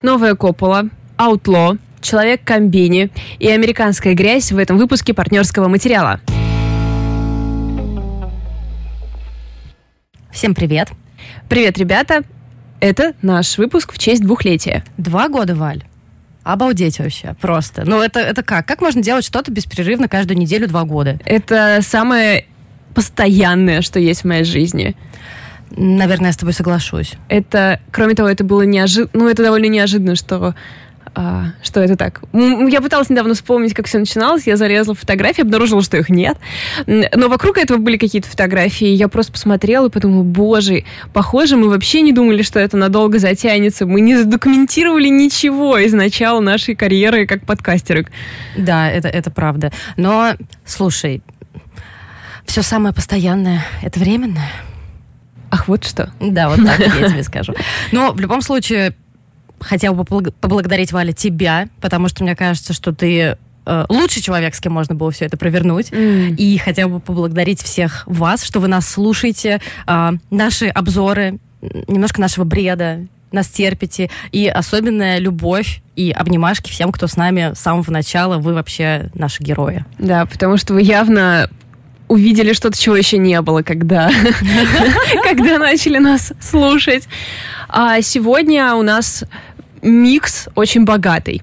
новая Коппола, Outlaw, Человек Комбини и американская грязь в этом выпуске партнерского материала. Всем привет. Привет, ребята. Это наш выпуск в честь 2-летия. 2 года, Валь. Обалдеть вообще, просто. Ну, это как? Как можно делать что-то беспрерывно каждую неделю 2 года? Это самое постоянное, что есть в моей жизни. Наверное, я с тобой соглашусь. Это, кроме того, это было неожиданно. Это довольно неожиданно, что это так. Я пыталась недавно вспомнить, как все начиналось. Я зарезала фотографии, обнаружила, что их нет. Но вокруг этого были какие-то фотографии. Я просто посмотрела и подумала, боже, похоже, мы вообще не думали, что это надолго затянется. Мы не задокументировали ничего из начала нашей карьеры как подкастеры. Да, это правда. Но, слушай, все самое постоянное — это временное. Ах, вот что. Да, вот так я тебе скажу. Но в любом случае, хотела бы поблагодарить, Валя, тебя, потому что мне кажется, что ты лучший человек, с кем можно было все это провернуть. И хотела бы поблагодарить всех вас, что вы нас слушаете, наши обзоры, немножко нашего бреда, нас терпите. И особенная любовь и обнимашки всем, кто с нами с самого начала. Вы вообще наши герои. Да, потому что вы явно увидели что-то, чего еще не было, когда начали нас слушать. А сегодня у нас микс очень богатый.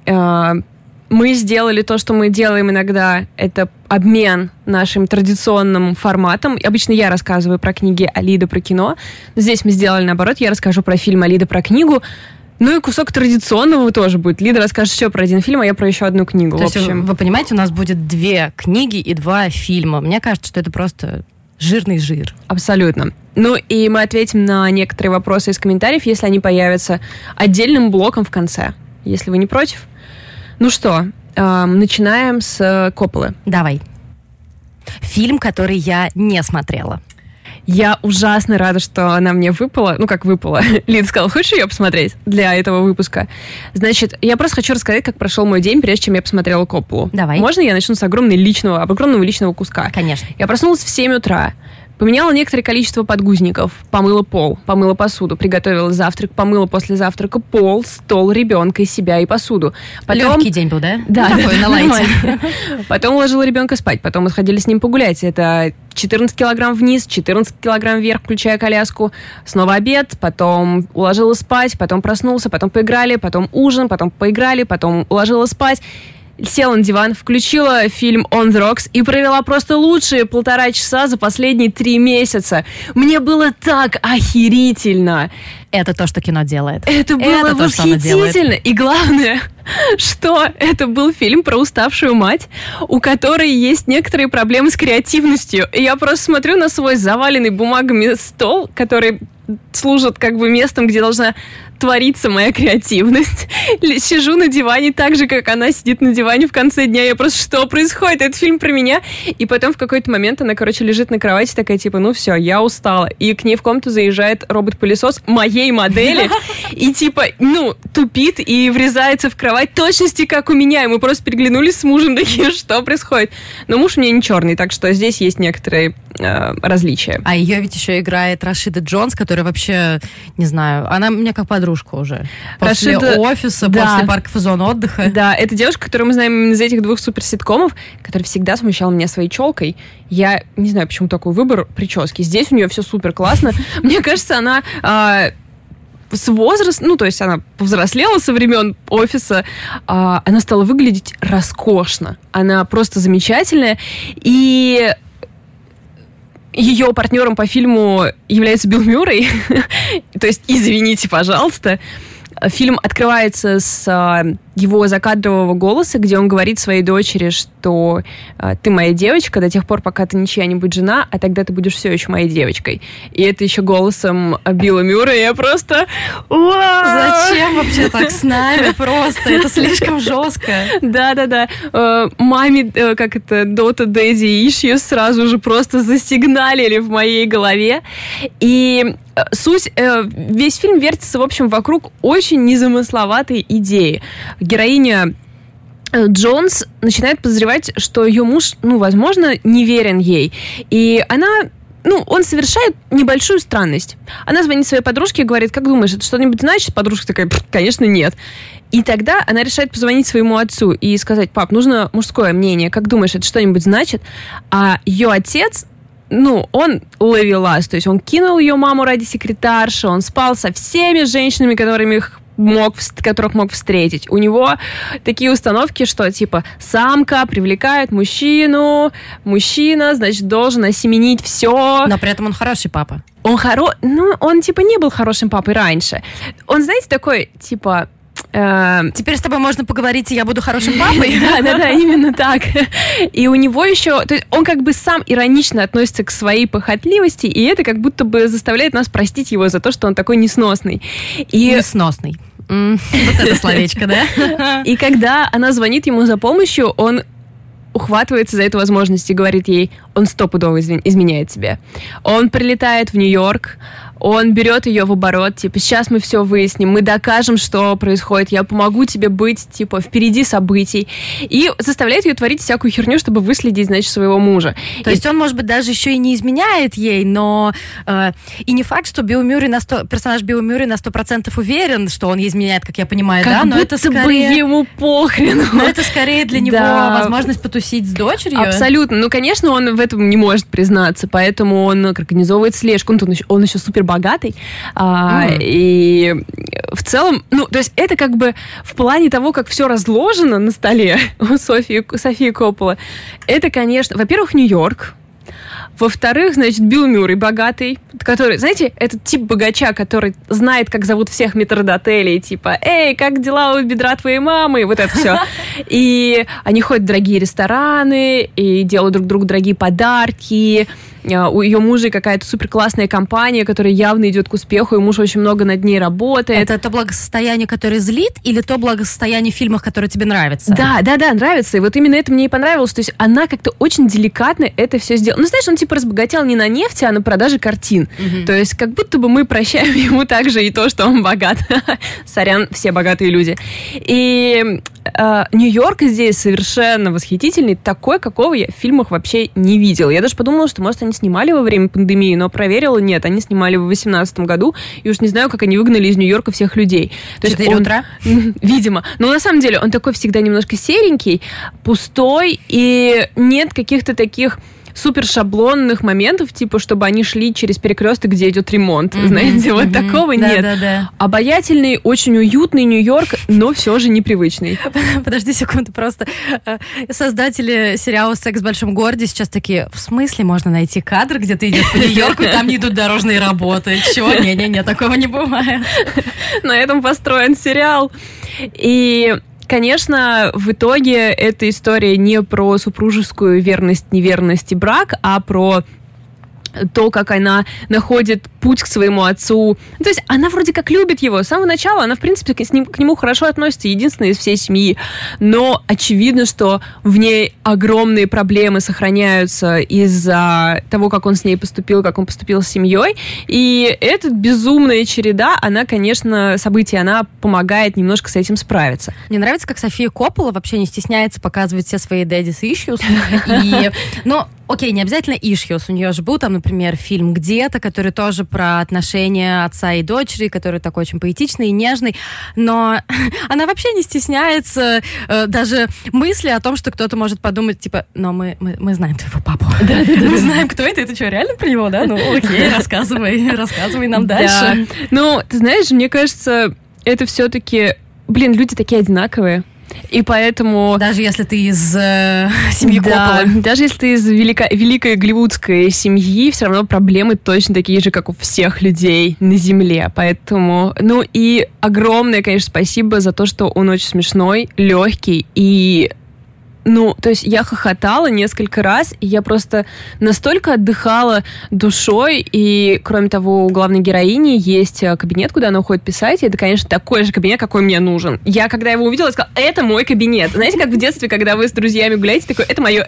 Мы сделали то, что мы делаем иногда. Это обмен нашим традиционным форматом. Обычно я рассказываю про книги, а Лида про кино. Но здесь мы сделали наоборот. Я расскажу про фильм, а Лида про книгу. Ну и кусок традиционного тоже будет. Лида расскажет еще про один фильм, а я про еще одну книгу. То есть, вы понимаете, у нас будет 2 книги и 2 фильма. Мне кажется, что это просто жирный жир. Абсолютно. Ну и мы ответим на некоторые вопросы из комментариев, если они появятся отдельным блоком в конце. Если вы не против. Ну что, начинаем с Копполы. Давай. Фильм, который я не смотрела. Я ужасно рада, что она мне выпала. Ну, как выпала. Лид сказал, хочешь ее посмотреть для этого выпуска? Значит, я просто хочу рассказать, как прошел мой день, прежде чем я посмотрела Копполу. Давай. Можно я начну с огромного личного куска? Конечно. Я проснулась в 7 утра. Поменяла некоторое количество подгузников, помыла пол, помыла посуду, приготовила завтрак, помыла после завтрака пол, стол, ребенка, себя и посуду. Потом... Легкий день был, да? Да, такой, на лайте. Потом уложила ребенка спать, потом мы сходили с ним погулять. Это 14 килограмм вниз, 14 килограмм вверх, включая коляску. Снова обед, потом уложила спать, потом проснулся, потом поиграли, потом ужин, потом поиграли, потом уложила спать. Села на диван, включила фильм «On the Rocks» и провела просто лучшие 1,5 часа за последние 3 месяца. Мне было так охерительно. Это то, что кино делает. Это было восхитительно. И главное, что это был фильм про уставшую мать, у которой есть некоторые проблемы с креативностью. И я просто смотрю на свой заваленный бумагами стол, который служит как бы местом, где должна твориться моя креативность. Сижу на диване так же, как она сидит на диване в конце дня. Я просто, что происходит? Этот фильм про меня. И потом в какой-то момент она, лежит на кровати такая, типа, ну все, я устала. И к ней в комнату заезжает робот-пылесос моей модели и типа, тупит и врезается в кровать точности, как у меня. И мы просто переглянулись с мужем, такие, что происходит? Но муж у меня не черный, так что здесь есть некоторые различия. А ее ведь еще играет Рашида Джонс, которая вообще, не знаю, она у меня как подружка уже. После «Офиса», да. После «Парков и зон отдыха». Да, это девушка, которую мы знаем именно из этих 2 суперситкомов, которая всегда смущала меня своей челкой. Я не знаю, почему такой выбор прически. Здесь у нее все супер классно. Мне кажется, она с возрастом, то есть она повзрослела со времен «Офиса», она стала выглядеть роскошно. Она просто замечательная. И ее партнером по фильму является Билл Мюррей. То есть, извините, пожалуйста. Фильм открывается с его закадрового голоса, где он говорит своей дочери, что ты моя девочка до тех пор, пока ты ничья не будешь жена, а тогда ты будешь все еще моей девочкой. И это еще голосом Билла Мюррея. Я просто... Зачем вообще так с нами просто? Это слишком жестко. Да-да-да. Маме, Дота Дэдди Issues сразу же просто засигналили в моей голове. И весь фильм вертится, в общем, вокруг очень незамысловатой идеи. Героиня Джонс начинает подозревать, что ее муж, возможно, не верен ей. И она он совершает небольшую странность. Она звонит своей подружке и говорит: как думаешь, это что-нибудь значит? Подружка такая: конечно, нет. И тогда она решает позвонить своему отцу и сказать: пап, нужно мужское мнение, как думаешь, это что-нибудь значит? А ее отец, он ловелас, то есть он кинул ее маму ради секретарши, он спал со всеми женщинами, которых мог встретить. У него такие установки, что, типа, самка привлекает мужчину, мужчина, значит, должен осеменить все. Но при этом он хороший папа. Он, типа, не был хорошим папой раньше. Он, знаете, такой, типа... Теперь с тобой можно поговорить, и я буду хорошим папой? Да, именно так. И у него еще... То есть он как бы сам иронично относится к своей похотливости, и это как будто бы заставляет нас простить его за то, что он такой несносный. Несносный. Вот это словечко, да? И когда она звонит ему за помощью, он ухватывается за эту возможность и говорит ей: он стопудово изменяет тебе. Он прилетает в Нью-Йорк, он берет ее в оборот, типа: сейчас мы все выясним, мы докажем, что происходит, я помогу тебе быть, типа, впереди событий. И заставляет ее творить всякую херню, чтобы выследить, значит, своего мужа. То есть он, может быть, даже еще и не изменяет ей, но и не факт, что персонаж Билл Мюррей на 100% уверен, что он ей изменяет, как я понимаю, как да? Но это скорее... бы ему похрен. Но это скорее для него возможность потусить с дочерью. Абсолютно. Конечно, он в этом не может признаться, поэтому он организовывает слежку. Он еще супер богатый. И в целом, то есть это как бы в плане того, как все разложено на столе у Софии Копполы, это, конечно, во-первых, Нью-Йорк. Во-вторых, значит, Билл Мюррей богатый, который, знаете, этот тип богача, который знает, как зовут всех метрдотелей, типа: эй, как дела у бедра твоей мамы, вот это все. И они ходят в дорогие рестораны и делают друг другу дорогие подарки. У ее мужа какая-то суперклассная компания, которая явно идет к успеху, и муж очень много над ней работает. Это то благосостояние, которое злит, или то благосостояние в фильмах, которое тебе нравится? Да, нравится. И вот именно это мне и понравилось. То есть она как-то очень деликатно это все сделала. Знаешь, он типа разбогател не на нефти, а на продаже картин. Угу. То есть как будто бы мы прощаем ему также и то, что он богат. Сорян, все богатые люди. И Нью-Йорк здесь совершенно восхитительный, такой, какого я в фильмах вообще не видела. Я даже подумала, что, может, они снимали во время пандемии, но проверила, нет, они снимали в 2018 году, и уж не знаю, как они выгнали из Нью-Йорка всех людей. 4 утра? Видимо. Но на самом деле он такой всегда немножко серенький, пустой, и нет каких-то таких супер шаблонных моментов, типа, чтобы они шли через перекресток, где идет ремонт. Знаете, вот такого нет. Да. Обаятельный, очень уютный Нью-Йорк, но все же непривычный. Подожди секунду, просто создатели сериала «Секс в большом городе» сейчас такие: в смысле можно найти кадр, где ты идешь по Нью-Йорку, и там не идут дорожные работы? Чего? Не-не-не, такого не бывает. На этом построен сериал. И... Конечно, в итоге эта история не про супружескую верность, неверность и брак, а про то, как она находит путь к своему отцу. То есть она вроде как любит его. С самого начала она, в принципе, к нему хорошо относится, единственная из всей семьи. Но очевидно, что в ней огромные проблемы сохраняются из-за того, как он с ней поступил, как он поступил с семьей. И эта безумная череда, она, конечно, события, она помогает немножко с этим справиться. Мне нравится, как София Коппола вообще не стесняется показывать все свои daddy's issues. Окей, не обязательно issues. У нее же был там, например, фильм «Где-то», который тоже про отношения отца и дочери, который такой очень поэтичный и нежный. Но она вообще не стесняется даже мысли о том, что кто-то может подумать, типа: но мы знаем твоего папу. Мы знаем, кто это. Это что, реально про него, да? Ну, окей, рассказывай нам дальше. Ну, ты знаешь, мне кажется, это все-таки... люди такие одинаковые. И поэтому... Даже если ты из семьи Копполы. Даже если ты из великой голливудской семьи, все равно проблемы точно такие же, как у всех людей на земле. Поэтому... и огромное, конечно, спасибо за то, что он очень смешной, легкий и... то есть я хохотала несколько раз, и я просто настолько отдыхала душой, и, кроме того, у главной героини есть кабинет, куда она уходит писать, и это, конечно, такой же кабинет, какой мне нужен. Я, когда его увидела, сказала: это мой кабинет. Знаете, как в детстве, когда вы с друзьями гуляете, такой: это мое.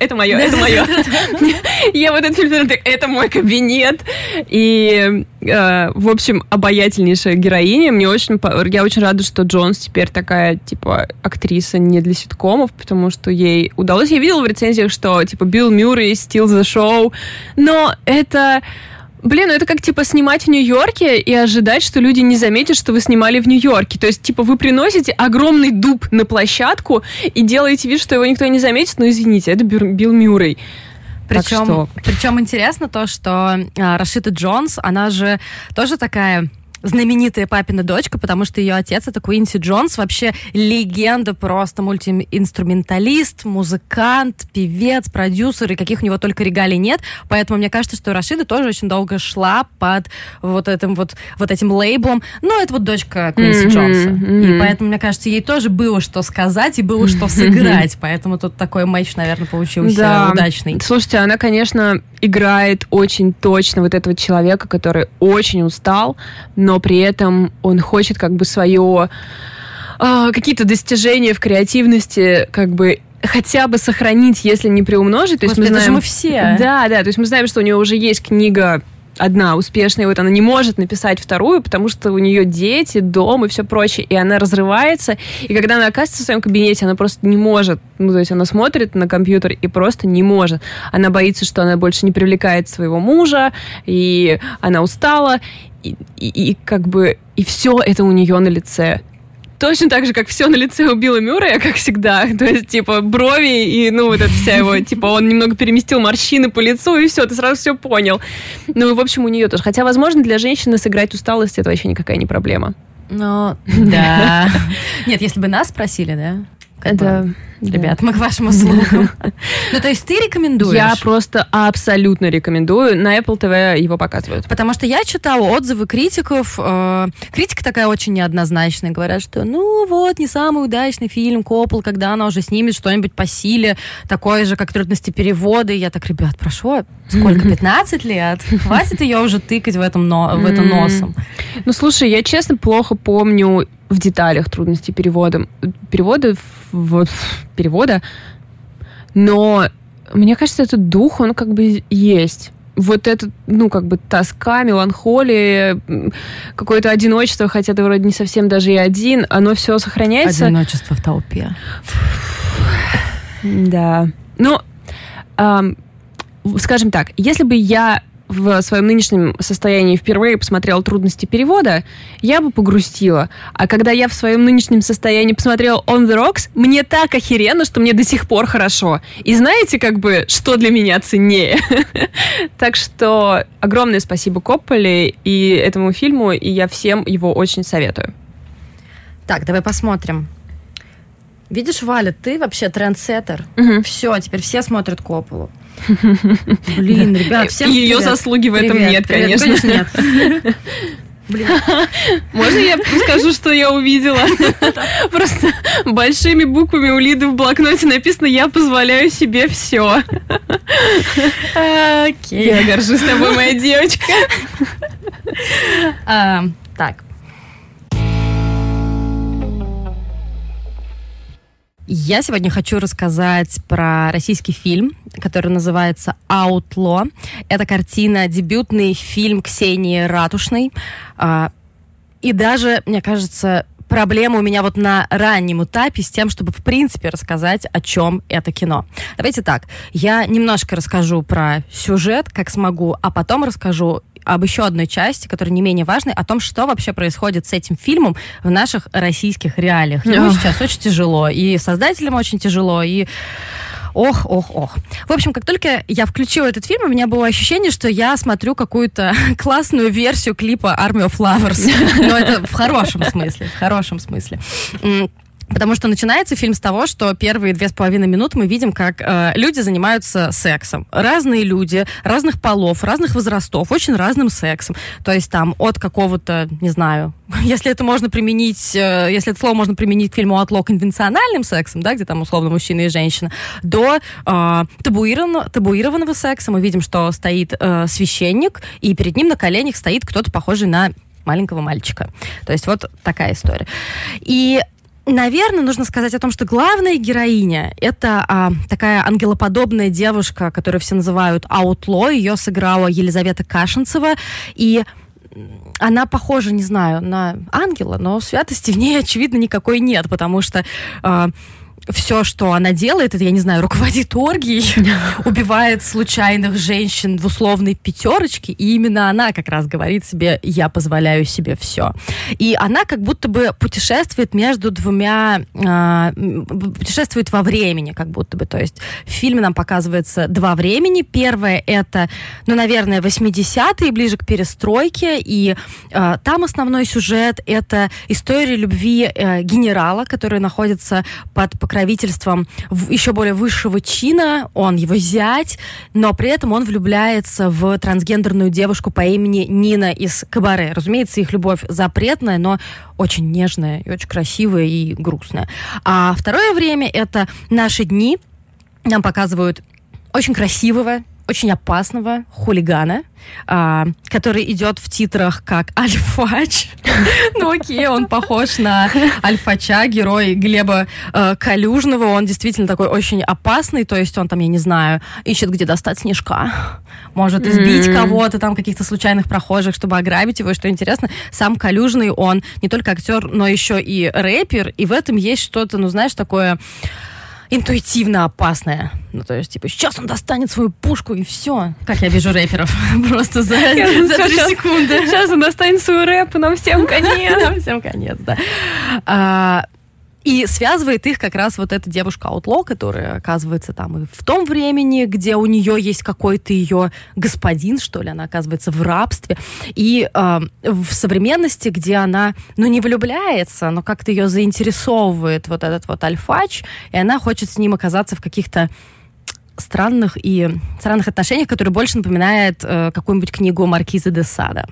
Я вот этот фильм, это мой кабинет. И, в общем, обаятельнейшая героиня. Я очень рада, что Джонс теперь такая, типа, актриса не для ситкомов, потому что ей удалось. Я видела в рецензиях, что, типа, Билл Мюррей steals the show, но это... Блин, ну это как, типа, снимать в Нью-Йорке и ожидать, что люди не заметят, что вы снимали в Нью-Йорке. То есть, типа, вы приносите огромный дуб на площадку и делаете вид, что его никто не заметит. Ну, извините, это Билл Мюррей. Причем интересно то, что Рашида Джонс, она же тоже такая... знаменитая папина дочка, потому что ее отец — это Квинси Джонс, вообще легенда, просто мультиинструменталист, музыкант, певец, продюсер, и каких у него только регалий нет. Поэтому мне кажется, что Рашида тоже очень долго шла под вот этим лейблом. Но это вот дочка Квинси Джонса. И поэтому, мне кажется, ей тоже было что сказать и было что сыграть. Поэтому тут такой матч, наверное, получился удачный. Слушайте, она, конечно, играет очень точно вот этого человека, который очень устал, но при этом он хочет как бы свое какие-то достижения в креативности как бы хотя бы сохранить, если не приумножить. То есть Господи, мы знаем, это же мы все. Да, то есть мы знаем, что у него уже есть книга одна успешная, вот она не может написать вторую, потому что у нее дети, дом и все прочее, и она разрывается, и когда она оказывается в своем кабинете, она просто не может, ну, то есть она смотрит на компьютер и просто не может. Она боится, что она больше не привлекает своего мужа, и она устала, и как бы, и все это у нее на лице. Точно так же, как все на лице у Билла Мюррея, как всегда. То есть, типа, брови и, ну, вот это вся его, типа, он немного переместил морщины по лицу, и все, ты сразу все понял. Ну, и, в общем, у нее тоже. Хотя, возможно, для женщины сыграть усталость — это вообще никакая не проблема. Ну, да. Нет, если бы нас спросили, да? Это... Ребят, мы к вашим услугам. Ну, то есть ты рекомендуешь? Я просто абсолютно рекомендую. На Apple TV его показывают. Потому что я читала отзывы критиков. Критика такая очень неоднозначная. Говорят, что, ну вот, не самый удачный фильм Коппола, когда она уже снимет что-нибудь по силе, такое же, как «Трудности перевода». И я так, ребят, прошу, сколько, 15 лет? Хватит ее уже тыкать в это носом. Ну, слушай, я честно плохо помню в деталях трудности перевода, но мне кажется, этот дух, он как бы есть. Вот этот, ну, как бы тоска, меланхолия, какое-то одиночество, хотя ты вроде не совсем даже и один, оно все сохраняется. Одиночество в толпе. Да. Ну, скажем так, если бы я в своем нынешнем состоянии впервые посмотрела «Трудности перевода», я бы погрустила. А когда я в своем нынешнем состоянии посмотрела «On the Rocks», мне так охеренно, что мне до сих пор хорошо. И знаете, как бы, что для меня ценнее? Так что огромное спасибо Копполе и этому фильму, и я всем его очень советую. Так, давай посмотрим. Видишь, Валя, ты вообще трендсеттер. Все, теперь все смотрят Копполу. Блин, ребят, всем ее привет. Заслуги в этом нет, конечно. Конечно, нет. Блин. Можно я скажу, что я увидела? Просто большими буквами у Лиды в блокноте написано «Я позволяю себе все». Окей. Я горжусь тобой, моя девочка. Так. Я сегодня хочу рассказать про российский фильм, который называется «Outlaw». Это картина, дебютный фильм Ксении Ратушной. И даже, мне кажется, проблема у меня вот на раннем этапе с тем, чтобы, в принципе, рассказать, о чем это кино. Давайте так, я немножко расскажу про сюжет, как смогу, а потом расскажу об еще одной части, которая не менее важной, о том, что вообще происходит с этим фильмом в наших российских реалиях. Ему сейчас очень тяжело, и создателям очень тяжело, и ох. В общем, как только я включила этот фильм, у меня было ощущение, что я смотрю какую-то классную версию клипа Army of Lovers. Но это в хорошем смысле. Потому что начинается фильм с того, что первые 2,5 минуты мы видим, как люди занимаются сексом. Разные люди, разных полов, разных возрастов, очень разным сексом. То есть там от какого-то, не знаю, если это можно применить, если это слово можно применить к фильму «Outlaw» конвенциональным сексом, да, где там условно мужчина и женщина, до табуированного секса. Мы видим, что стоит священник, и перед ним на коленях стоит кто-то похожий на маленького мальчика. То есть вот такая история. И наверное, нужно сказать о том, что главная героиня — это такая ангелоподобная девушка, которую все называют Outlaw. Ее сыграла Елизавета Кашинцева. И она похожа, не знаю, на ангела, но святости в ней, очевидно, никакой нет, потому что все, что она делает, это, я не знаю, руководит оргией, убивает случайных женщин в условной пятерочке, и именно она как раз говорит себе: я позволяю себе все. И она как будто бы путешествует между двумя, путешествует во времени, как будто бы. То есть в фильме нам показывается два времени. Первое — это, наверное, 80-е, ближе к перестройке, и там основной сюжет — это история любви генерала, который находится под покровительством еще более высшего чина, он его зять, но при этом он влюбляется в трансгендерную девушку по имени Нина из «Кабаре». Разумеется, их любовь запретная, но очень нежная и очень красивая и грустная. А второе время — это наши дни. Нам показывают очень красивого, очень опасного хулигана, который идет в титрах как Альфач. Ну окей, он похож на Альфача, герой Глеба Калюжного. Он действительно такой очень опасный, то есть он там, я не знаю, ищет, где достать снежка, может избить кого-то, там каких-то случайных прохожих, чтобы ограбить его. И что интересно, сам Калюжный, он не только актер, но еще и рэпер, и в этом есть что-то, знаешь, такое интуитивно опасное. Ну, то есть, сейчас он достанет свою пушку, и все. Как я вижу рэперов. Просто за 3 секунды. Сейчас он достанет свой рэп, и нам всем конец. Нам всем конец, да. И связывает их как раз вот эта девушка-аутло, которая оказывается там и в том времени, где у нее есть какой-то ее господин, что ли, она оказывается в рабстве, и в современности, где она, не влюбляется, но как-то ее заинтересовывает вот этот вот Альфач, и она хочет с ним оказаться в каких-то странных отношениях, которые больше напоминают какую-нибудь книгу Маркиза де Сада.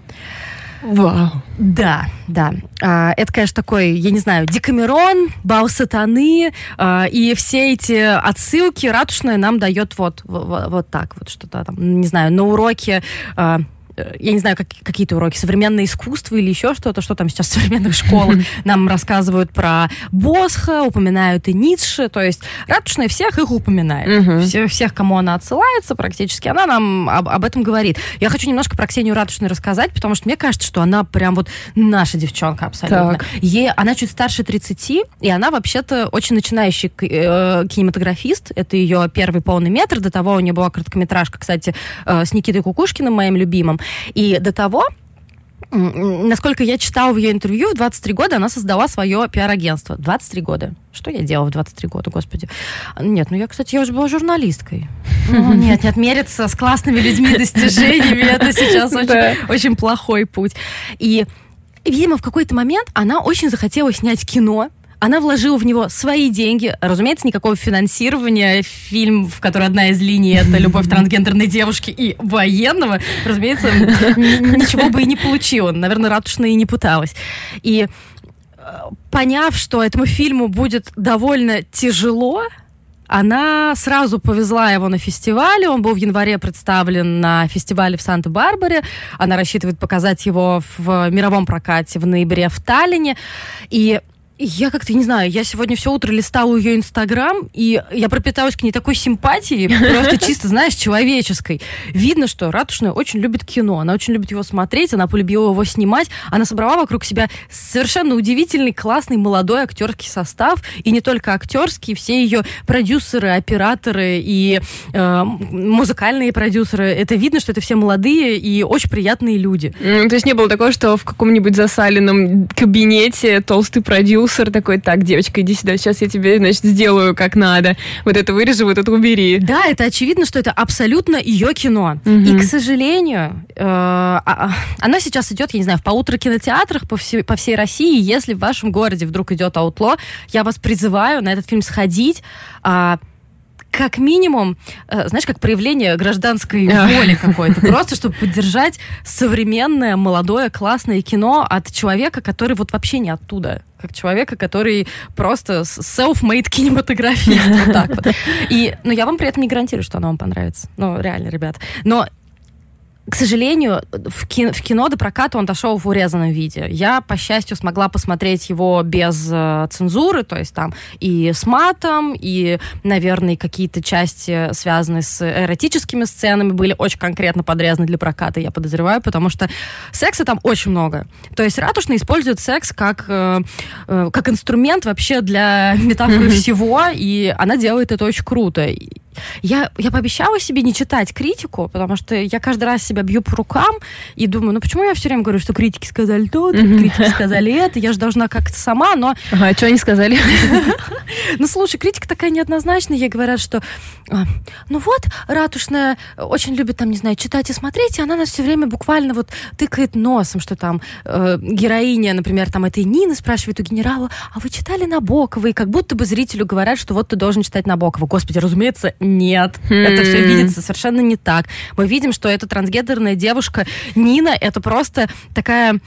Вау. Да. Это, конечно, такой, я не знаю, Декамерон, Бал сатаны, и все эти отсылки Ратушная нам дает вот так вот что-то там, не знаю, на уроке... Я не знаю, какие-то уроки, современное искусство или еще что-то, что там сейчас в современных школах нам рассказывают про Босха, упоминают и Ницше, то есть Ратушная всех их упоминает. Всех, кому она отсылается, практически, она нам об этом говорит. Я хочу немножко про Ксению Ратушную рассказать, потому что мне кажется, что она прям вот наша девчонка абсолютно. Она чуть старше 30, и она вообще-то очень начинающий кинематографист. Это ее первый полный метр. До того у нее была короткометражка, кстати, с Никитой Кукушкиным, моим любимым. И до того, насколько я читала в ее интервью, в 23 года она создала свое пиар-агентство. 23 года. Что я делала в 23 года, господи? Нет, я уже была журналисткой. Нет, мериться с классными людьми достижениями, это сейчас очень плохой путь. И, видимо, в какой-то момент она очень захотела снять кино. Она вложила в него свои деньги. Разумеется, никакого финансирования. Фильм, в котором одна из линий — это любовь трансгендерной девушки и военного, разумеется, ничего бы и не получила. Наверное, Ратушная и не пыталась. И поняв, что этому фильму будет довольно тяжело, она сразу повезла его на фестиваль. Он был в январе представлен на фестивале в Санта-Барбаре. Она рассчитывает показать его в мировом прокате в ноябре в Таллине. И я как-то, не знаю, я сегодня все утро листала ее Инстаграм, и я пропиталась к ней такой симпатией, просто чисто, знаешь, человеческой. Видно, что Ратушная очень любит кино, она очень любит его смотреть, она полюбила его снимать, она собрала вокруг себя совершенно удивительный, классный, молодой актерский состав, и не только актерский, все ее продюсеры, операторы и музыкальные продюсеры, это видно, что это все молодые и очень приятные люди. То есть не было такого, что в каком-нибудь засаленном кабинете толстый продюсер такой: так, девочка, иди сюда, сейчас я тебе, значит, сделаю как надо. Вот это вырежи, вот это убери. Да, это очевидно, что это абсолютно ее кино. И, к сожалению, она сейчас идет, я не знаю, в полуторакинотеатрах по всей России. Если в вашем городе вдруг идет «Аутло», я вас призываю на этот фильм сходить. Как минимум, знаешь, как проявление гражданской воли какой-то. Просто, чтобы поддержать современное, молодое, классное кино от человека, который вот вообще не оттуда. Как человека, который просто self-made кинематографист. Вот так вот. И, я вам при этом не гарантирую, что оно вам понравится. Реально, ребят. Но К сожалению, в кино до проката он дошел в урезанном виде. Я, по счастью, смогла посмотреть его без цензуры, то есть там и с матом, и, наверное, какие-то части, связанные с эротическими сценами, были очень конкретно подрезаны для проката, я подозреваю, потому что секса там очень много. То есть Ратушный использует секс как инструмент вообще для метафоры всего, и она делает это очень круто. Я пообещала себе не читать критику, потому что я каждый раз себя бью по рукам и думаю, ну почему я все время говорю, что критики сказали то, критики сказали это, я же должна как-то сама, но... Ага, что они сказали? Ну, слушай, критика такая неоднозначная, ей говорят, что ну вот, Ратушная очень любит, там, не знаю, читать и смотреть, и она нас все время буквально вот тыкает носом, что там героиня, например, там этой Нины спрашивает у генерала, а вы читали Набокова? И как будто бы зрителю говорят, что вот ты должен читать Набокова. Господи, разумеется, нет. Это все видится совершенно не так. Мы видим, что эта трансгендерная девушка Нина, это просто такая...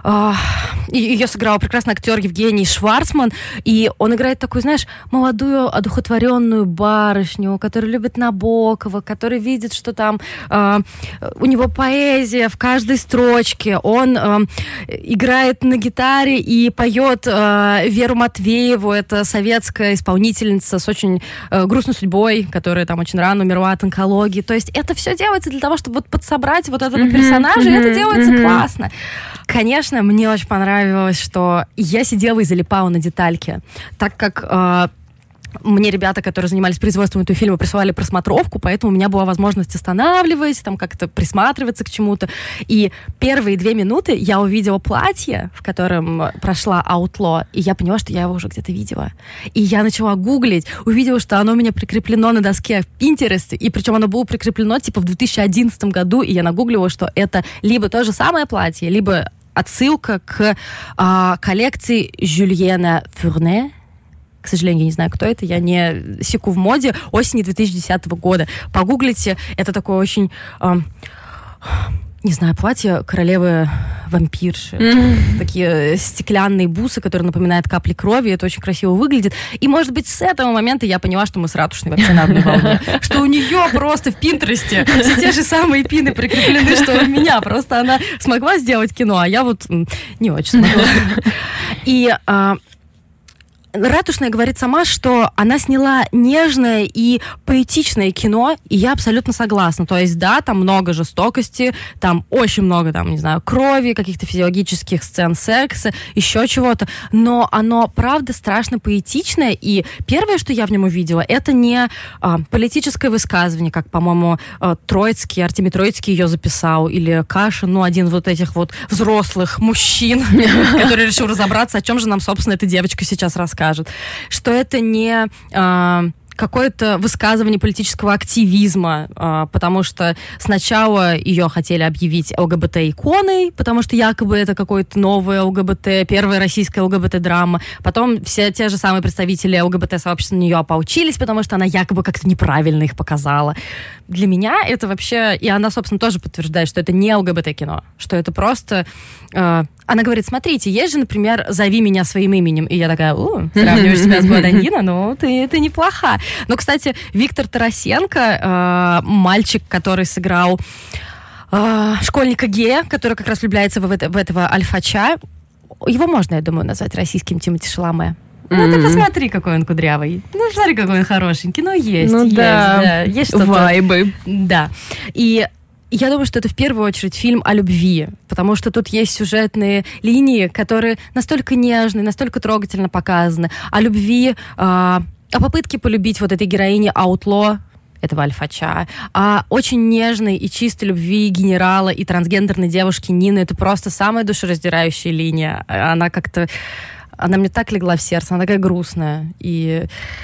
Ее сыграл прекрасный актер Евгений Шварцман, и он играет такую, знаешь, молодую, одухотворенную барышню, которая любит Набокова, которая видит, что там у него поэзия в каждой строчке. Он играет на гитаре и поет Веру Матвееву, это советская исполнительница с очень грустной судьбой, которая там очень рано умерла от онкологии. То есть это все делается для того, чтобы вот подсобрать вот этого персонажа, и это делается классно. Конечно, мне очень понравилось, что я сидела и залипала на детальки, так как мне ребята, которые занимались производством этого фильма, присылали просмотровку, поэтому у меня была возможность останавливать, там как-то присматриваться к чему-то. И первые 2 минуты я увидела платье, в котором прошла Outlaw, и я поняла, что я его уже где-то видела. И я начала гуглить, увидела, что оно у меня прикреплено на доске в Pinterest, и причем оно было прикреплено типа в 2011 году, и я нагуглила, что это либо то же самое платье, либо отсылка к коллекции Жюльена Фюрне. К сожалению, я не знаю, кто это, я не секу в моде, осени 2010 года. Погуглите, это такое очень, не знаю, платье королевы вампирши. Такие стеклянные бусы, которые напоминают капли крови, это очень красиво выглядит. И, может быть, с этого момента я поняла, что мы с Ратушной вообще на одной волне. Что у нее просто в Пинтересте все те же самые пины прикреплены, что у меня. Просто она смогла сделать кино, а я вот не очень смогла. И... Ратушная говорит сама, что она сняла нежное и поэтичное кино, и я абсолютно согласна. То есть, да, там много жестокости, там очень много, там, не знаю, крови, каких-то физиологических сцен секса, еще чего-то, но оно, правда, страшно поэтичное, и первое, что я в нем увидела, это не политическое высказывание, как, по-моему, Троицкий, Артемий Троицкий ее записал, или Кашин, ну, один вот этих вот взрослых мужчин, который решил разобраться, о чем же нам, собственно, эта девочка сейчас рассказывает. Что это не какое-то высказывание политического активизма, потому что сначала ее хотели объявить ЛГБТ-иконой, потому что якобы это какое-то новое ЛГБТ, первая российская ЛГБТ-драма. Потом все те же самые представители ЛГБТ-сообщества на нее ополчились, потому что она якобы как-то неправильно их показала. Для меня это вообще... И она, собственно, тоже подтверждает, что это не ЛГБТ-кино, что это просто... Она говорит, смотрите, есть же, например, «Зови меня своим именем». И я такая, сравниваешь себя с Гладанина, ну, ты неплоха. Но, кстати, Виктор Тарасенко, мальчик, который сыграл школьника-гея, который как раз влюбляется в этого альфача, его можно, я думаю, назвать российским Тимоти Шаломе. Ну, ты посмотри, какой он кудрявый. Ну, смотри, какой он хорошенький. Ну, есть, есть что-то. Вайбы. Да. И я думаю, что это в первую очередь фильм о любви, потому что тут есть сюжетные линии, которые настолько нежные, настолько трогательно показаны. О любви, о попытке полюбить вот этой героини Outlaw, этого альфача, о очень нежной и чистой любви генерала и трансгендерной девушки Нины. Это просто самая душераздирающая линия. Она мне так легла в сердце, она такая грустная. И...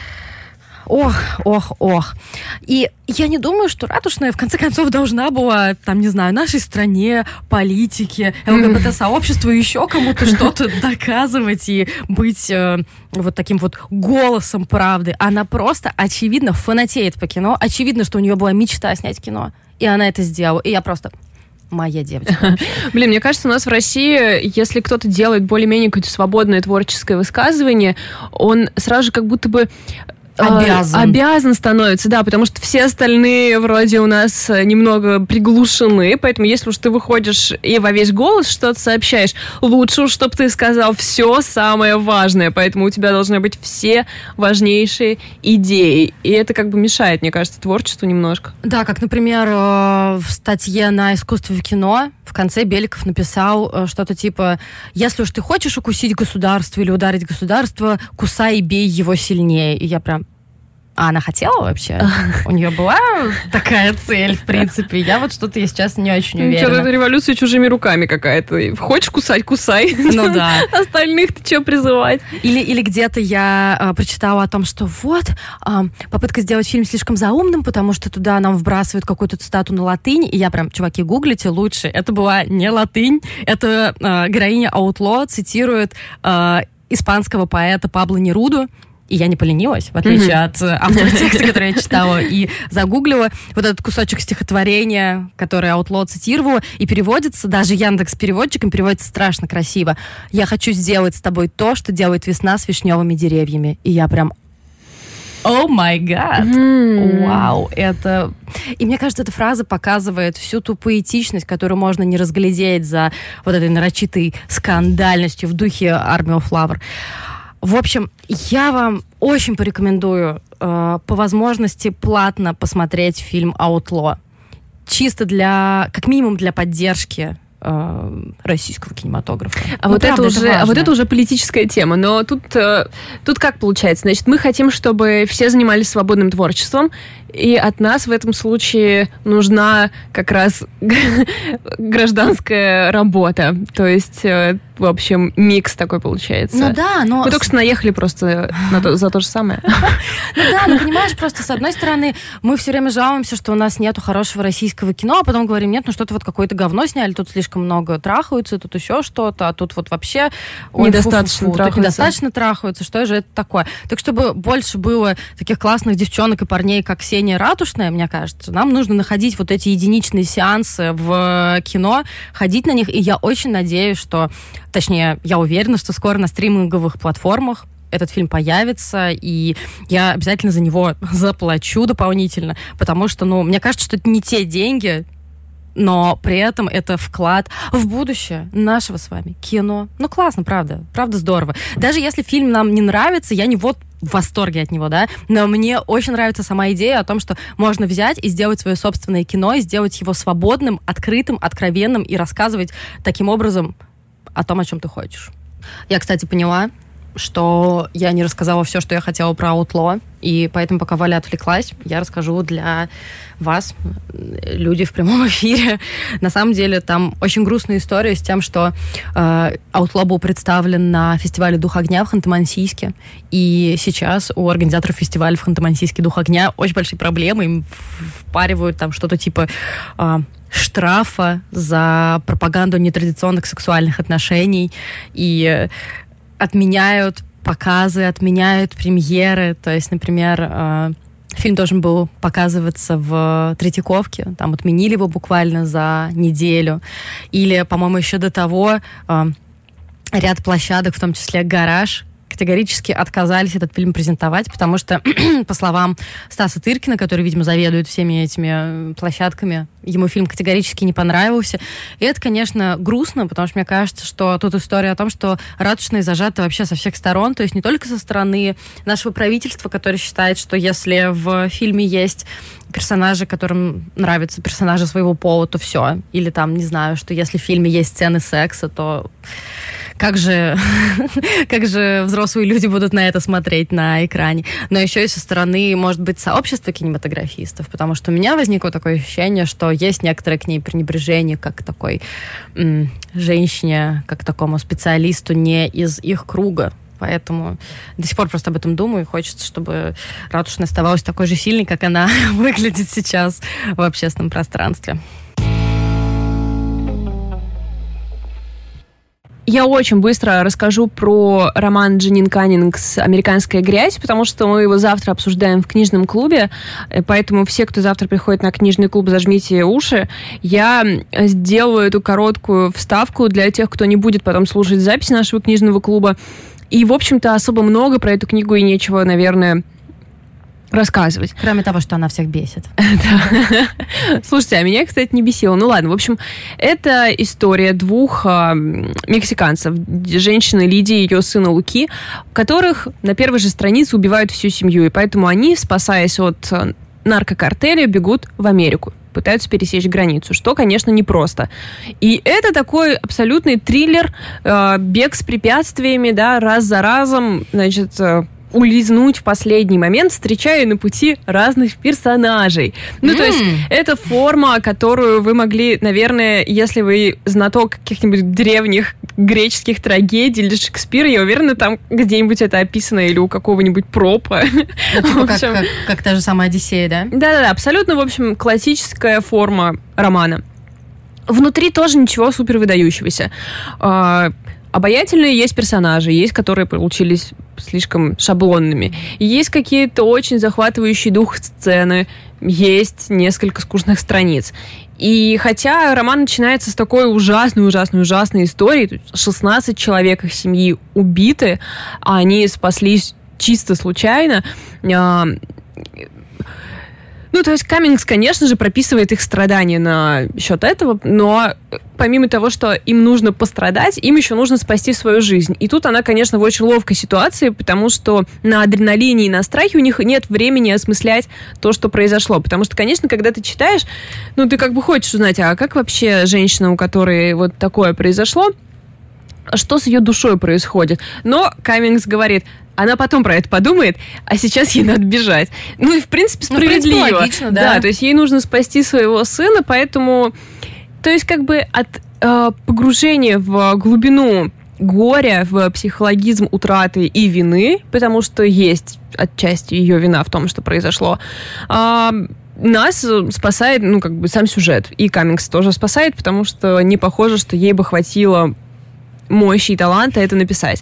Ох. И я не думаю, что Ратушная, в конце концов, должна была, там, не знаю, нашей стране, политике, ЛГБТ-сообществу, еще кому-то что-то доказывать и быть вот таким вот голосом правды. Она просто, очевидно, фанатеет по кино. Очевидно, что у нее была мечта снять кино. И она это сделала. И я просто... Моя девочка. Блин, мне кажется, у нас в России, если кто-то делает более-менее какое-то свободное творческое высказывание, он сразу же как будто бы Обязан становится, да, потому что все остальные вроде у нас немного приглушены, поэтому если уж ты выходишь и во весь голос что-то сообщаешь, лучше уж, чтобы ты сказал все самое важное, поэтому у тебя должны быть все важнейшие идеи, и это как бы мешает, мне кажется, творчеству немножко. Да, как, например, в статье на «Искусстве в кино» в конце Беликов написал что-то типа: «Если уж ты хочешь укусить государство или ударить государство, кусай и бей его сильнее». И я прям... А она хотела вообще? У нее была такая цель, в принципе? Я вот что-то я сейчас не очень уверена. Что-то это революция чужими руками какая-то. Хочешь кусать, кусай. Ну да. Остальных ты что призывать? Или где-то я прочитала о том, что вот, попытка сделать фильм слишком заумным, потому что туда нам вбрасывают какую-то цитату на латынь, и я прям, чуваки, гуглите лучше. Это была не латынь, это героиня Outlaw цитирует испанского поэта Пабло Неруду. И я не поленилась, в отличие от автора текста, который я читала, и загуглила вот этот кусочек стихотворения, который Outlaw цитировала, и переводится, даже Яндекс-переводчиком переводится страшно красиво. «Я хочу сделать с тобой то, что делает весна с вишневыми деревьями». И я прям... О май гад! Вау! Это... И мне кажется, эта фраза показывает всю ту поэтичность, которую можно не разглядеть за вот этой нарочитой скандальностью в духе Army of Flower. В общем, я вам очень порекомендую по возможности платно посмотреть фильм «Outlaw». Чисто для, как минимум, для поддержки российского кинематографа. Вот это уже политическая тема. Но тут как получается? Значит, мы хотим, чтобы все занимались свободным творчеством, и от нас в этом случае нужна как раз гражданская работа. То есть, в общем, микс такой получается. Ну да, но... Мы только что наехали просто за то же самое. Ну да, ну понимаешь, просто с одной стороны мы все время жалуемся, что у нас нету хорошего российского кино, а потом говорим, нет, ну что-то вот какое-то говно сняли, тут слишком много трахаются, тут еще что-то, а тут вот вообще... Недостаточно трахаются, что же это такое? Так чтобы больше было таких классных девчонок и парней, как Ксения Ратушная, мне кажется, нам нужно находить вот эти единичные сеансы в кино, ходить на них, и я очень надеюсь, что... Точнее, я уверена, что скоро на стриминговых платформах этот фильм появится, и я обязательно за него заплачу дополнительно, потому что, ну, мне кажется, что это не те деньги, но при этом это вклад в будущее нашего с вами кино. Ну, классно, правда здорово. Даже если фильм нам не нравится, я не вот в восторге от него, да, но мне очень нравится сама идея о том, что можно взять и сделать свое собственное кино, и сделать его свободным, открытым, откровенным, и рассказывать таким образом о том, о чем ты хочешь. Я, кстати, поняла, что я не рассказала все, что я хотела про Outlaw, и поэтому, пока Валя отвлеклась, я расскажу для вас, люди в прямом эфире. На самом деле, там очень грустная история с тем, что Outlaw был представлен на фестивале «Дух огня» в Ханты-Мансийске, и сейчас у организаторов фестиваля в Ханты-Мансийске «Дух огня» очень большие проблемы, им впаривают там что-то типа... штрафа за пропаганду нетрадиционных сексуальных отношений, и отменяют показы, отменяют премьеры. То есть, например, фильм должен был показываться в Третьяковке, там отменили его буквально за неделю. Или, по-моему, еще до того ряд площадок, в том числе «Гараж», категорически отказались этот фильм презентовать, потому что, по словам Стаса Тыркина, который, видимо, заведует всеми этими площадками, ему фильм категорически не понравился. И это, конечно, грустно, потому что мне кажется, что тут история о том, что ратушные зажаты вообще со всех сторон, то есть не только со стороны нашего правительства, которое считает, что если в фильме есть персонажи, которым нравятся персонажи своего пола, то все. Или там, не знаю, что если в фильме есть сцены секса, то как же взрослые люди будут на это смотреть на экране. Но еще и со стороны, может быть, сообщества кинематографистов, потому что у меня возникло такое ощущение, что есть некоторое к ней пренебрежение, как к такой женщине, как к такому специалисту не из их круга. Поэтому до сих пор просто об этом думаю. И хочется, чтобы Ратушная оставалась такой же сильной, как она выглядит сейчас в общественном пространстве. Я очень быстро расскажу про роман Дженнин Каннингс «Американская грязь», потому что мы его завтра обсуждаем в книжном клубе, поэтому все, кто завтра приходит на книжный клуб, зажмите уши. Я сделаю эту короткую вставку для тех, кто не будет потом слушать запись нашего книжного клуба. И, в общем-то, особо много про эту книгу и нечего, наверное, рассказывать. Кроме того, что она всех бесит. Слушайте, а меня, кстати, не бесило. Ну ладно, в общем, это история двух мексиканцев. Женщины Лидии и ее сына Луки, которых на первой же странице убивают всю семью. И поэтому они, спасаясь от наркокартеля, бегут в Америку. Пытаются пересечь границу, что, конечно, непросто. И это такой абсолютный триллер, бег с препятствиями, да, раз за разом, значит, улизнуть в последний момент, встречая на пути разных персонажей. Ну, то есть, это форма, которую вы могли, наверное, если вы знаток каких-нибудь древних греческих трагедий или Шекспира, я уверена, там где-нибудь это описано или у какого-нибудь пропа. Ну, типа как та же самая Одиссея, да? Да-да-да, абсолютно, в общем, классическая форма романа. Внутри тоже ничего супер выдающегося. Обаятельные есть персонажи, есть, которые получились слишком шаблонными. Есть какие-то очень захватывающие дух сцены, есть несколько скучных страниц. И хотя роман начинается с такой ужасной истории, 16 человек их семьи убиты, а они спаслись чисто случайно. Ну, то есть Каммингс, конечно же, прописывает их страдания на счет этого, но помимо того, что им нужно пострадать, им еще нужно спасти свою жизнь. И тут она, конечно, в очень ловкой ситуации, потому что на адреналине и на страхе у них нет времени осмыслять то, что произошло. Потому что, конечно, когда ты читаешь, ну, ты как бы хочешь узнать, а как вообще женщина, у которой вот такое произошло, что с ее душой происходит. Но Каммингс говорит, она потом про это подумает, а сейчас ей надо бежать. Ну и, в принципе, справедливо. Ну, в принципе, логично, да. Да, то есть ей нужно спасти своего сына, поэтому... То есть как бы от погружения в глубину горя, в психологизм утраты и вины, потому что есть отчасти ее вина в том, что произошло, нас спасает, ну, как бы сам сюжет. И Каммингс тоже спасает, потому что не похоже, что ей бы хватило мощи и таланта это написать.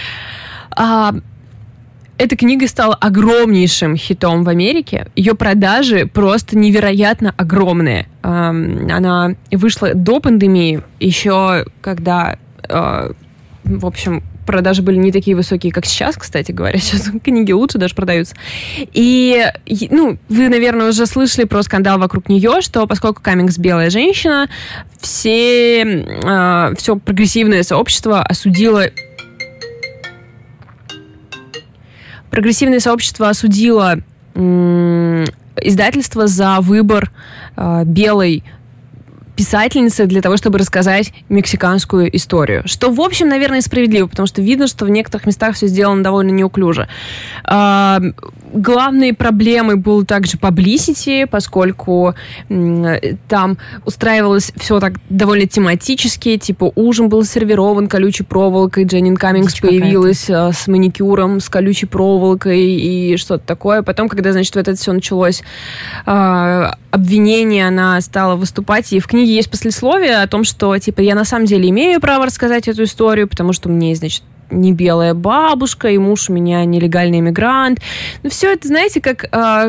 Эта книга стала огромнейшим хитом в Америке. Ее продажи просто невероятно огромные. Она вышла до пандемии, еще когда, в общем, продажи были не такие высокие, как сейчас, кстати говоря. Сейчас книги лучше даже продаются. И, ну, вы, наверное, уже слышали про скандал вокруг нее, что поскольку Каммингс белая женщина, все прогрессивное сообщество осудило издательство за выбор белой писательницы для того, чтобы рассказать мексиканскую историю. Что, в общем, наверное, справедливо, потому что видно, что в некоторых местах все сделано довольно неуклюже. Главной проблемой был также publicity, поскольку там устраивалось все так довольно тематически, типа ужин был сервирован колючей проволокой, Дженнин Каммингс появилась с маникюром, с колючей проволокой и что-то такое. Потом, когда, значит, вот это все началось, обвинение, она стала выступать, и в книге есть послесловие о том, что, типа, я на самом деле имею право рассказать эту историю, потому что мне, значит, не белая бабушка, и муж у меня нелегальный иммигрант. Ну, все это, знаете, как,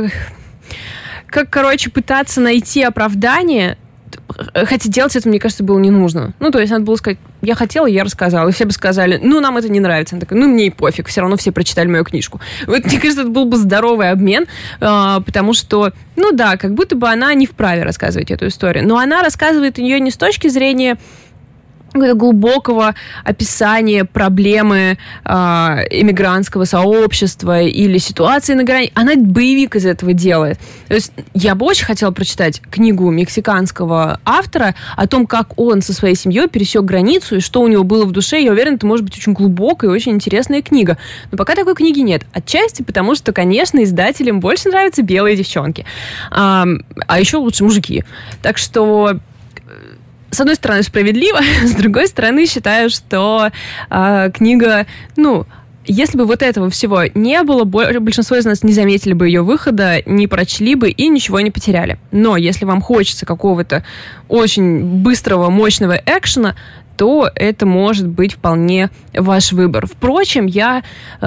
короче, пытаться найти оправдание, хотя делать это, мне кажется, было не нужно. Ну, то есть надо было сказать, я хотела, я рассказала. И все бы сказали, ну, нам это не нравится. Она такая, ну, мне и пофиг, все равно все прочитали мою книжку. Вот, мне кажется, это был бы здоровый обмен, потому что, ну да, как будто бы она не вправе рассказывать эту историю. Но она рассказывает ее не с точки зрения глубокого описания проблемы иммигрантского сообщества или ситуации на грани. Она боевик из этого делает. То есть я бы очень хотела прочитать книгу мексиканского автора о том, как он со своей семьей пересек границу и что у него было в душе. Я уверена, это может быть очень глубокая и очень интересная книга. Но пока такой книги нет. Отчасти потому, что, конечно, издателям больше нравятся белые девчонки. А еще лучше мужики. Так что с одной стороны, справедливо, с другой стороны, считаю, что книга, ну, если бы вот этого всего не было, большинство из нас не заметили бы ее выхода, не прочли бы и ничего не потеряли. Но если вам хочется какого-то очень быстрого, мощного экшена, то это может быть вполне ваш выбор. Впрочем, я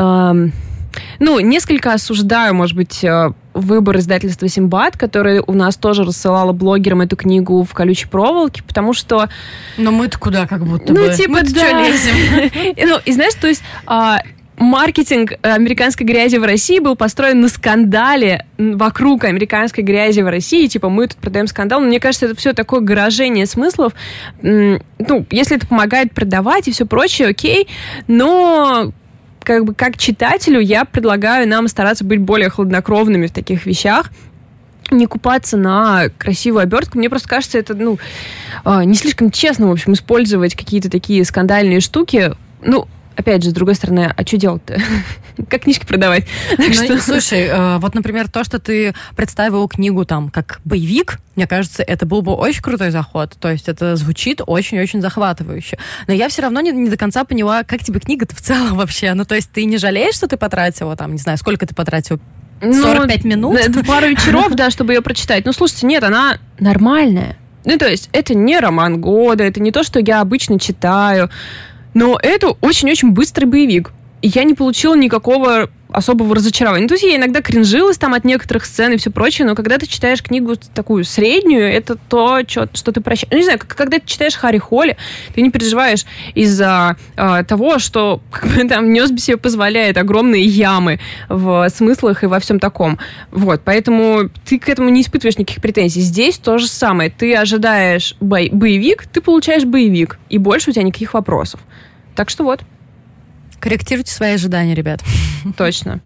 несколько осуждаю, может быть, выбор издательства «Симбад», которое у нас тоже рассылало блогерам эту книгу в колючей проволоке, потому что... Но мы-то куда как будто бы? Ну, типа, мы-то да. что лезем? И знаешь, то есть... маркетинг американской грязи в России был построен на скандале вокруг американской грязи в России. Типа, мы тут продаем скандал. Но мне кажется, это все такое гаражение смыслов. Ну, если это помогает продавать и все прочее, окей. Но как читателю я предлагаю нам стараться быть более хладнокровными в таких вещах. Не купаться на красивую обертку. Мне просто кажется, это, не слишком честно, в общем, использовать какие-то такие скандальные штуки. Опять же, с другой стороны, а что делать-то? Как книжки продавать? Слушай, вот, например, то, что ты представила книгу там как боевик, мне кажется, это был бы очень крутой заход. То есть это звучит очень-очень захватывающе. Но я все равно не до конца поняла, как тебе книга-то в целом вообще. То есть ты не жалеешь, что ты потратила там, не знаю, сколько ты потратила? 45 минут? Пару вечеров, да, чтобы ее прочитать. Слушайте, нет, она нормальная. То есть это не роман года, это не то, что я обычно читаю. Но это очень-очень быстрый боевик. И я не получила никакого особого разочарования. То есть я иногда кринжилась там от некоторых сцен и все прочее, но когда ты читаешь книгу такую среднюю, это то, что ты прощаешь. Не знаю, когда ты читаешь Харри Холли, ты не переживаешь из-за того, что там Нёсби себе позволяет огромные ямы в смыслах и во всем таком. Вот, поэтому ты к этому не испытываешь никаких претензий. Здесь то же самое. Ты ожидаешь боевик, ты получаешь боевик, и больше у тебя никаких вопросов. Так что вот. Корректируйте свои ожидания, ребят. Точно.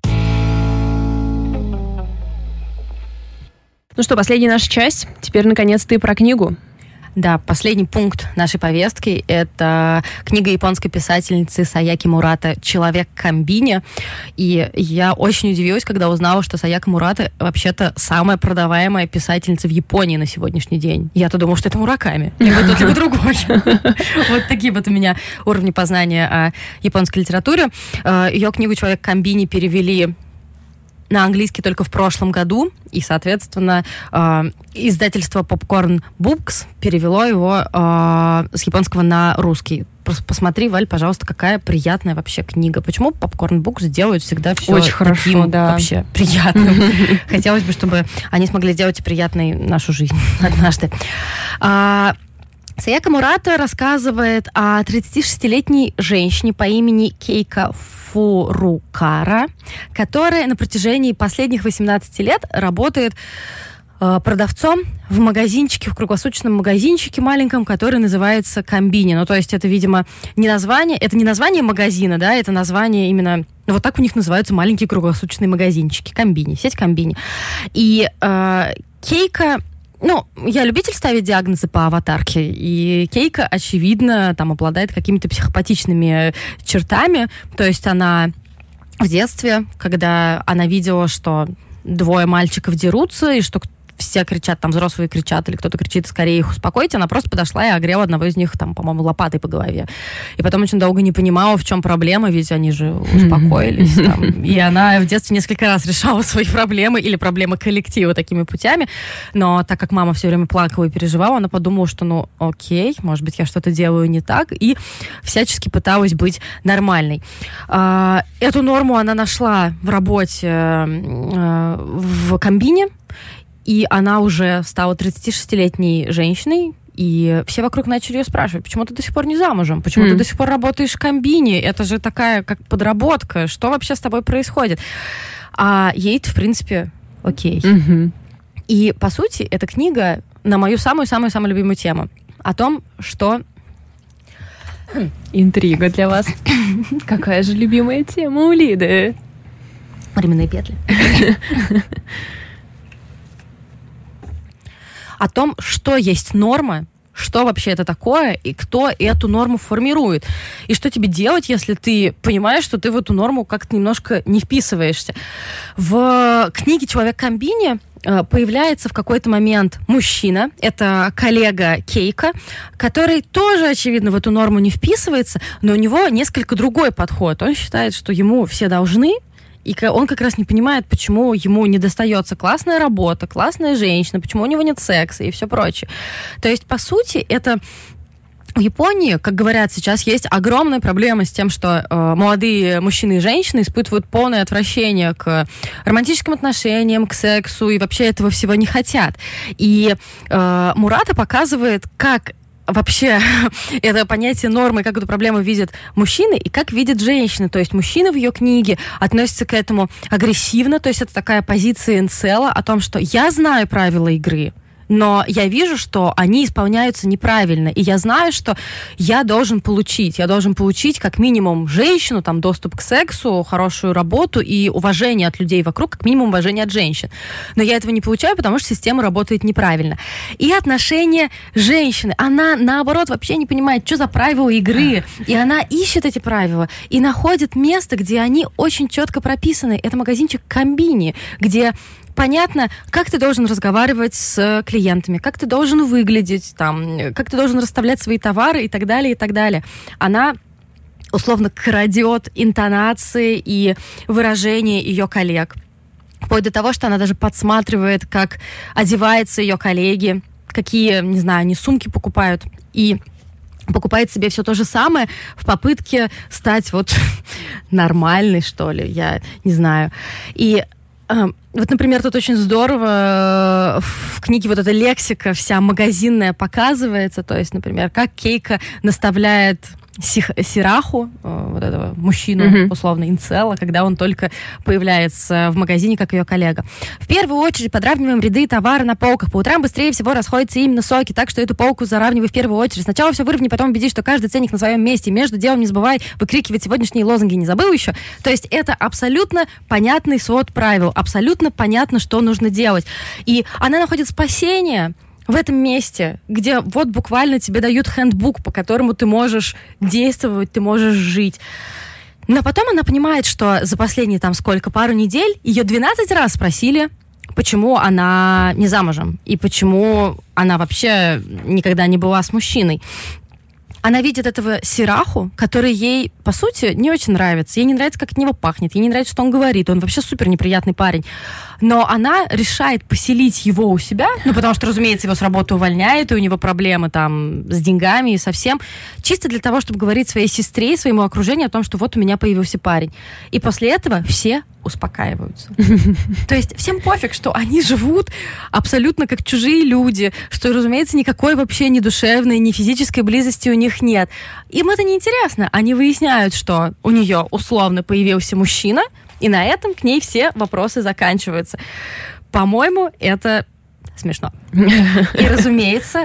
Ну что, последняя наша часть. Теперь, наконец-то, и про книгу. Да, последний пункт нашей повестки – это книга японской писательницы Саяки Мурата «Человек комбини». И я очень удивилась, когда узнала, что Саяка Мурата вообще-то самая продаваемая писательница в Японии на сегодняшний день. Я-то думала, что это Мураками, либо тот, либо другой. Вот такие вот у меня уровни познания о японской литературе. Ее книгу «Человек комбини» перевели на английский только в прошлом году, и, соответственно, издательство Popcorn Books перевело его с японского на русский. Просто посмотри, Валь, пожалуйста, какая приятная вообще книга. Почему Popcorn Books делают всегда все очень хорошо, таким да. вообще приятным? Хотелось бы, чтобы они смогли сделать приятной нашу жизнь однажды. Саяка Мурата рассказывает о 36-летней женщине по имени Кейка Фурукара, которая на протяжении последних 18 лет работает продавцом в магазинчике, в круглосуточном магазинчике маленьком, который называется Комбини. То есть это, видимо, не название магазина, да, это название именно... Вот так у них называются маленькие круглосуточные магазинчики. Комбини, сеть Комбини. И Кейка... я любитель ставить диагнозы по аватарке, и Кейка, очевидно, там обладает какими-то психопатичными чертами. То есть она в детстве, когда она видела, что двое мальчиков дерутся, и что все кричат, там взрослые кричат, или кто-то кричит, скорее их успокойте, она просто подошла и огрела одного из них, там, по-моему, лопатой по голове. И потом очень долго не понимала, в чем проблема, ведь они же успокоились. Там. И она в детстве несколько раз решала свои проблемы или проблемы коллектива такими путями. Но так как мама все время плакала и переживала, она подумала, что, окей, может быть, я что-то делаю не так, и всячески пыталась быть нормальной. Эту норму она нашла в работе в Комбини, и она уже стала 36-летней женщиной, и все вокруг начали ее спрашивать, почему ты до сих пор не замужем, почему ты до сих пор работаешь в Комбини, это же такая как подработка, что вообще с тобой происходит? А ей-то, в принципе, окей. И, по сути, эта книга на мою самую-самую-самую любимую тему о том, что... Интрига для вас. Какая же любимая тема у Лиды? Временные петли. О том, что есть норма, что вообще это такое, и кто эту норму формирует. И что тебе делать, если ты понимаешь, что ты в эту норму как-то немножко не вписываешься. В книге «Человек комбини» появляется в какой-то момент мужчина, это коллега Кейка, который тоже, очевидно, в эту норму не вписывается, но у него несколько другой подход. Он считает, что ему все должны, и он как раз не понимает, почему ему не достается классная работа, классная женщина, почему у него нет секса и все прочее. То есть, по сути, это... В Японии, как говорят сейчас, есть огромная проблема с тем, что молодые мужчины и женщины испытывают полное отвращение к романтическим отношениям, к сексу, и вообще этого всего не хотят. И Мурата показывает, как вообще это понятие нормы, как эту проблему видят мужчины и как видят женщины. То есть мужчины в ее книге относятся к этому агрессивно, то есть это такая позиция инцела о том, что я знаю правила игры, но я вижу, что они исполняются неправильно, и я знаю, что я должен получить как минимум женщину, там, доступ к сексу, хорошую работу и уважение от людей вокруг, как минимум уважение от женщин. Но я этого не получаю, потому что система работает неправильно. И отношение женщины, она, наоборот, вообще не понимает, что за правила игры, и она ищет эти правила, и находит место, где они очень четко прописаны. Это магазинчик Комбини, где понятно, как ты должен разговаривать с клиентами, как ты должен выглядеть, там, как ты должен расставлять свои товары и так далее, и так далее. Она условно крадет интонации и выражения ее коллег. Вплоть до того, что она даже подсматривает, как одеваются ее коллеги, какие, не знаю, они сумки покупают, и покупает себе все то же самое в попытке стать вот нормальной, что ли, я не знаю. И вот, например, тут очень здорово в книге вот эта лексика вся магазинная показывается, то есть, например, как Кейко наставляет Сираху, вот этого мужчину, условно, инцела, когда он только появляется в магазине, как ее коллега. В первую очередь подравниваем ряды товара на полках. По утрам быстрее всего расходятся именно соки, так что эту полку заравнивай в первую очередь. Сначала все выровняй, потом убедись, что каждый ценник на своем месте. Между делом не забывай выкрикивать сегодняшние лозунги. Не забыл еще? То есть это абсолютно понятный свод правил, абсолютно понятно, что нужно делать. И она находит спасение в этом месте, где вот буквально тебе дают хэндбук, по которому ты можешь действовать, ты можешь жить. Но потом она понимает, что за последние там пару недель ее 12 раз спросили, почему она не замужем и почему она вообще никогда не была с мужчиной. Она видит этого Сираху, который ей, по сути, не очень нравится. Ей не нравится, как от него пахнет, ей не нравится, что он говорит. Он вообще супер неприятный парень. Но она решает поселить его у себя, потому что, разумеется, его с работы увольняют, и у него проблемы там с деньгами и со всем, чисто для того, чтобы говорить своей сестре и своему окружению о том, что вот у меня появился парень. И после этого все успокаиваются. То есть всем пофиг, что они живут абсолютно как чужие люди, что, разумеется, никакой вообще ни душевной, ни физической близости у них нет. Им это не интересно. Они выясняют, что у нее условно появился мужчина, и на этом к ней все вопросы заканчиваются. По-моему, это смешно. И, разумеется,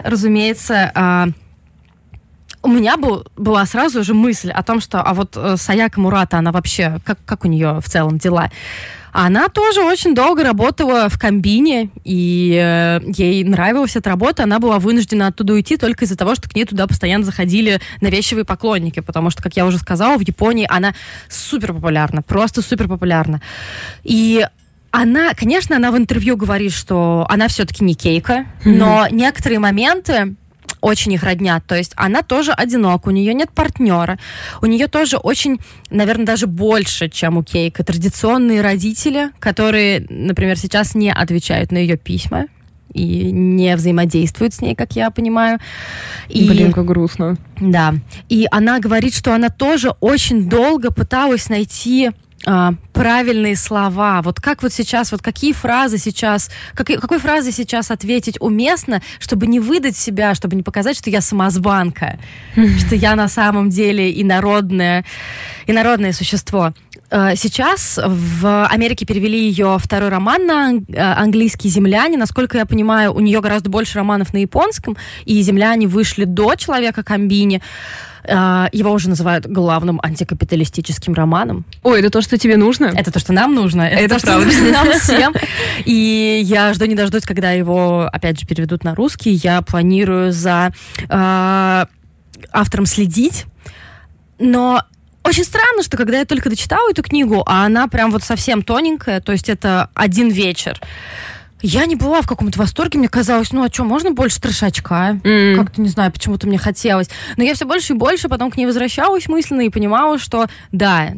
у меня была сразу же мысль о том, что вот Саяка Мурата, она вообще, как у нее в целом дела? Она тоже очень долго работала в Комбине, и ей нравилась эта работа. Она была вынуждена оттуда уйти только из-за того, что к ней туда постоянно заходили навязчивые поклонники, потому что, как я уже сказала, в Японии она супер популярна, просто супер популярна. И она, конечно, она в интервью говорит, что она все-таки не Кейко, но некоторые моменты очень их роднят. То есть она тоже одинока, у нее нет партнера, у нее тоже очень, наверное, даже больше, чем у Кейко, традиционные родители, которые, например, сейчас не отвечают на ее письма и не взаимодействуют с ней, как я понимаю. Блин, как грустно. Да. И она говорит, что она тоже очень долго пыталась найти правильные слова. Вот как вот сейчас, вот какие фразы сейчас, какой фразой сейчас ответить уместно, чтобы не выдать себя, чтобы не показать, что я самозванка, что я на самом деле инородное существо. Сейчас в Америке перевели ее второй роман на английский «Земляне». Насколько я понимаю, у нее гораздо больше романов на японском, и «Земляне» вышли до «Человека Комбини». Его уже называют главным антикапиталистическим романом. Ой, это то, что тебе нужно? Это то, что нам нужно. Это то, что нужно нам всем. И я жду не дождусь, когда его, опять же, переведут на русский. Я планирую за автором следить. Но очень странно, что когда я только дочитала эту книгу, а она прям вот совсем тоненькая, то есть это один вечер, я не была в каком-то восторге, мне казалось, ну а что, можно больше трешачка? Как-то, не знаю, почему-то мне хотелось. Но я все больше и больше потом к ней возвращалась мысленно и понимала, что да.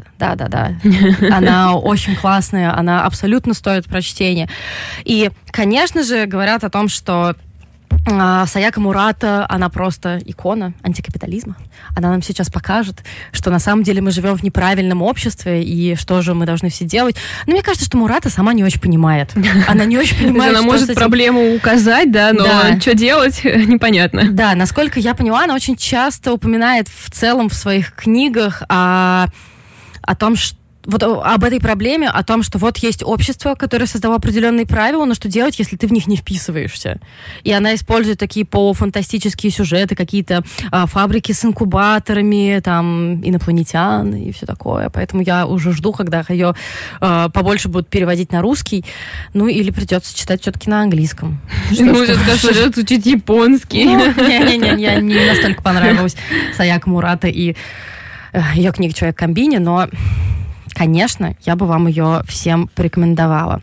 Она очень классная, она абсолютно стоит прочтения. И, конечно же, говорят о том, что Саяка Мурата, она просто икона антикапитализма. Она нам сейчас покажет, что на самом деле мы живем в неправильном обществе, и что же мы должны все делать. Но мне кажется, что Мурата сама не очень понимает. Она не очень понимает, она может проблему указать, да, но что делать, непонятно. Да, насколько я поняла, она очень часто упоминает в целом в своих книгах о том, что вот об этой проблеме, о том, что вот есть общество, которое создало определенные правила, но что делать, если ты в них не вписываешься? И она использует такие полуфантастические сюжеты, какие-то фабрики с инкубаторами, там, инопланетян и все такое. Поэтому я уже жду, когда ее побольше будут переводить на русский, ну, или придется читать все-таки на английском. Ну, сейчас придется учить японский. Не-не-не, я не настолько понравилась Саяка Мурата и ее книга «Человек в комбине», но... Конечно, я бы вам ее всем порекомендовала.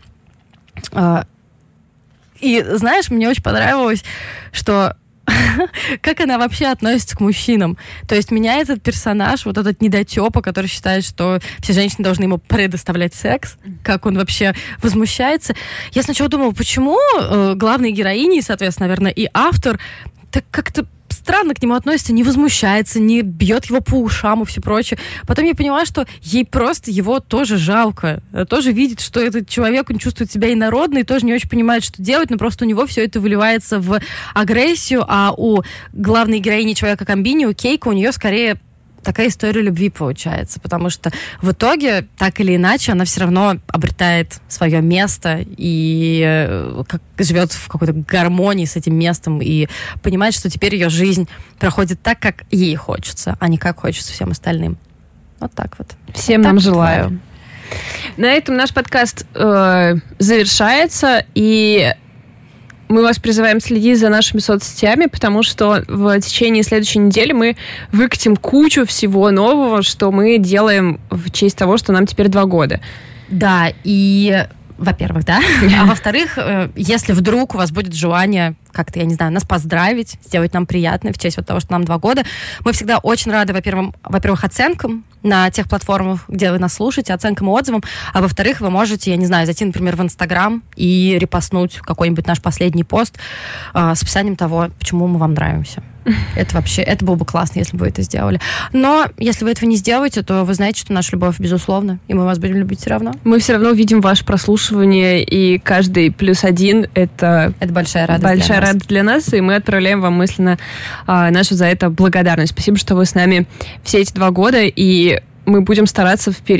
И, знаешь, мне очень понравилось, что как она вообще относится к мужчинам. То есть меня этот персонаж, вот этот недотепа, который считает, что все женщины должны ему предоставлять секс, как он вообще возмущается. Я сначала думала, почему главной героиней, соответственно, наверное, и автор так как-то странно к нему относится, не возмущается, не бьет его по ушам и все прочее. Потом я поняла, что ей просто его тоже жалко. Тоже видит, что этот человек, он чувствует себя инородно и тоже не очень понимает, что делать, но просто у него все это выливается в агрессию, а у главной героини Человека-комбини, у Кейко, у нее скорее такая история любви получается, потому что в итоге, так или иначе, она все равно обретает свое место и живет в какой-то гармонии с этим местом и понимает, что теперь ее жизнь проходит так, как ей хочется, а не как хочется всем остальным. Вот так вот. Всем нам желаю. На этом наш подкаст завершается, и мы вас призываем следить за нашими соцсетями, потому что в течение следующей недели мы выкатим кучу всего нового, что мы делаем в честь того, что нам теперь 2 года. Да, и, во-первых, да, а во-вторых, если вдруг у вас будет желание как-то, я не знаю, нас поздравить, сделать нам приятно в честь вот того, что нам 2 года, мы всегда очень рады, во-первых, оценкам на тех платформах, где вы нас слушаете, оценкам и отзывам, а во-вторых, вы можете, я не знаю, зайти, например, в Инстаграм и репостнуть какой-нибудь наш последний пост с описанием того, почему мы вам нравимся. Это было бы классно, если бы вы это сделали. Но если вы этого не сделаете, то вы знаете, что наша любовь безусловна, и мы вас будем любить все равно. Мы все равно увидим ваше прослушивание, и каждый +1 это большая радость. Большая радость для нас, и мы отправляем вам мысленно нашу за это благодарность. Спасибо, что вы с нами все эти 2 года, и мы будем стараться в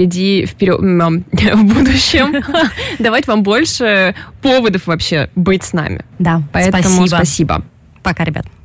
будущем давать вам больше поводов вообще быть с нами. Да, поэтому спасибо. Пока, ребят.